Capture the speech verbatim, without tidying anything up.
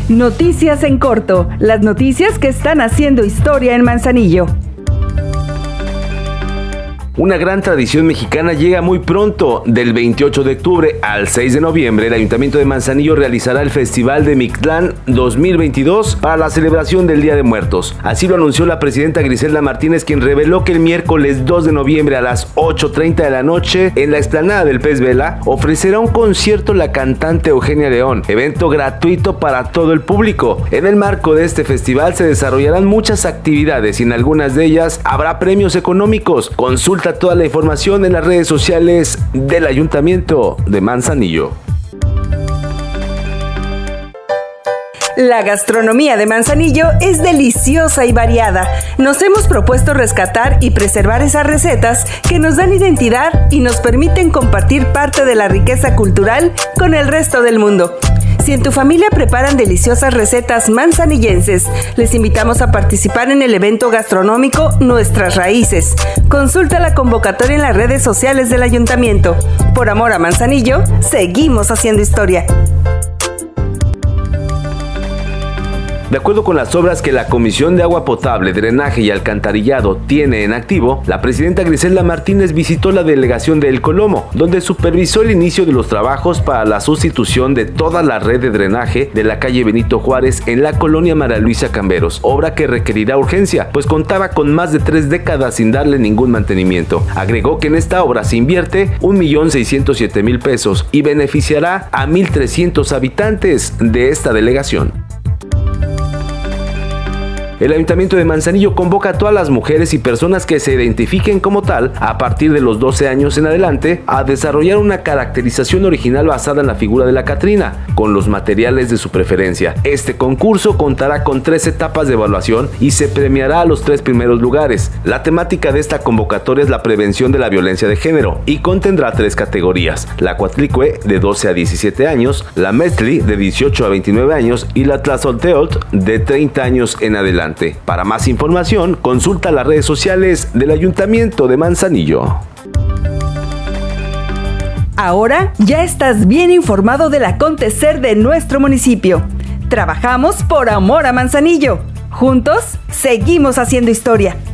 Noticias en corto, las noticias que están haciendo historia en Manzanillo. Una gran tradición mexicana llega muy pronto. Del veintiocho de octubre al seis de noviembre, el Ayuntamiento de Manzanillo realizará el Festival de Mictlán dos mil veintidós para la celebración del Día de Muertos. Así lo anunció la presidenta Griselda Martínez, quien reveló que el miércoles dos de noviembre a las ocho treinta de la noche, en la explanada del Pez Vela, ofrecerá un concierto la cantante Eugenia León, evento gratuito para todo el público. En el marco de este festival se desarrollarán muchas actividades y en algunas de ellas habrá premios económicos. Consulta toda la información en las redes sociales del Ayuntamiento de Manzanillo. La gastronomía de Manzanillo es deliciosa y variada. Nos hemos propuesto rescatar y preservar esas recetas que nos dan identidad y nos permiten compartir parte de la riqueza cultural con el resto del mundo. Si en tu familia preparan deliciosas recetas manzanillenses, les invitamos a participar en el evento gastronómico Nuestras Raíces. Consulta la convocatoria en las redes sociales del Ayuntamiento. Por amor a Manzanillo, seguimos haciendo historia. De acuerdo con las obras que la Comisión de Agua Potable, Drenaje y Alcantarillado tiene en activo, la presidenta Griselda Martínez visitó la delegación de El Colomo, donde supervisó el inicio de los trabajos para la sustitución de toda la red de drenaje de la calle Benito Juárez en la colonia María Luisa Camberos, obra que requerirá urgencia, pues contaba con más de tres décadas sin darle ningún mantenimiento. Agregó que en esta obra se invierte un millón seiscientos siete mil pesos y beneficiará a mil trescientos habitantes de esta delegación. El Ayuntamiento de Manzanillo convoca a todas las mujeres y personas que se identifiquen como tal a partir de los doce años en adelante a desarrollar una caracterización original basada en la figura de la Catrina, con los materiales de su preferencia. Este concurso contará con tres etapas de evaluación y se premiará a los tres primeros lugares. La temática de esta convocatoria es la prevención de la violencia de género y contendrá tres categorías: la Cuatlicue de doce a diecisiete años, la Metzli de dieciocho a veintinueve años y la Tlazolteotl de treinta años en adelante. Para más información, consulta las redes sociales del Ayuntamiento de Manzanillo. Ahora ya estás bien informado del acontecer de nuestro municipio. Trabajamos por amor a Manzanillo. Juntos, seguimos haciendo historia.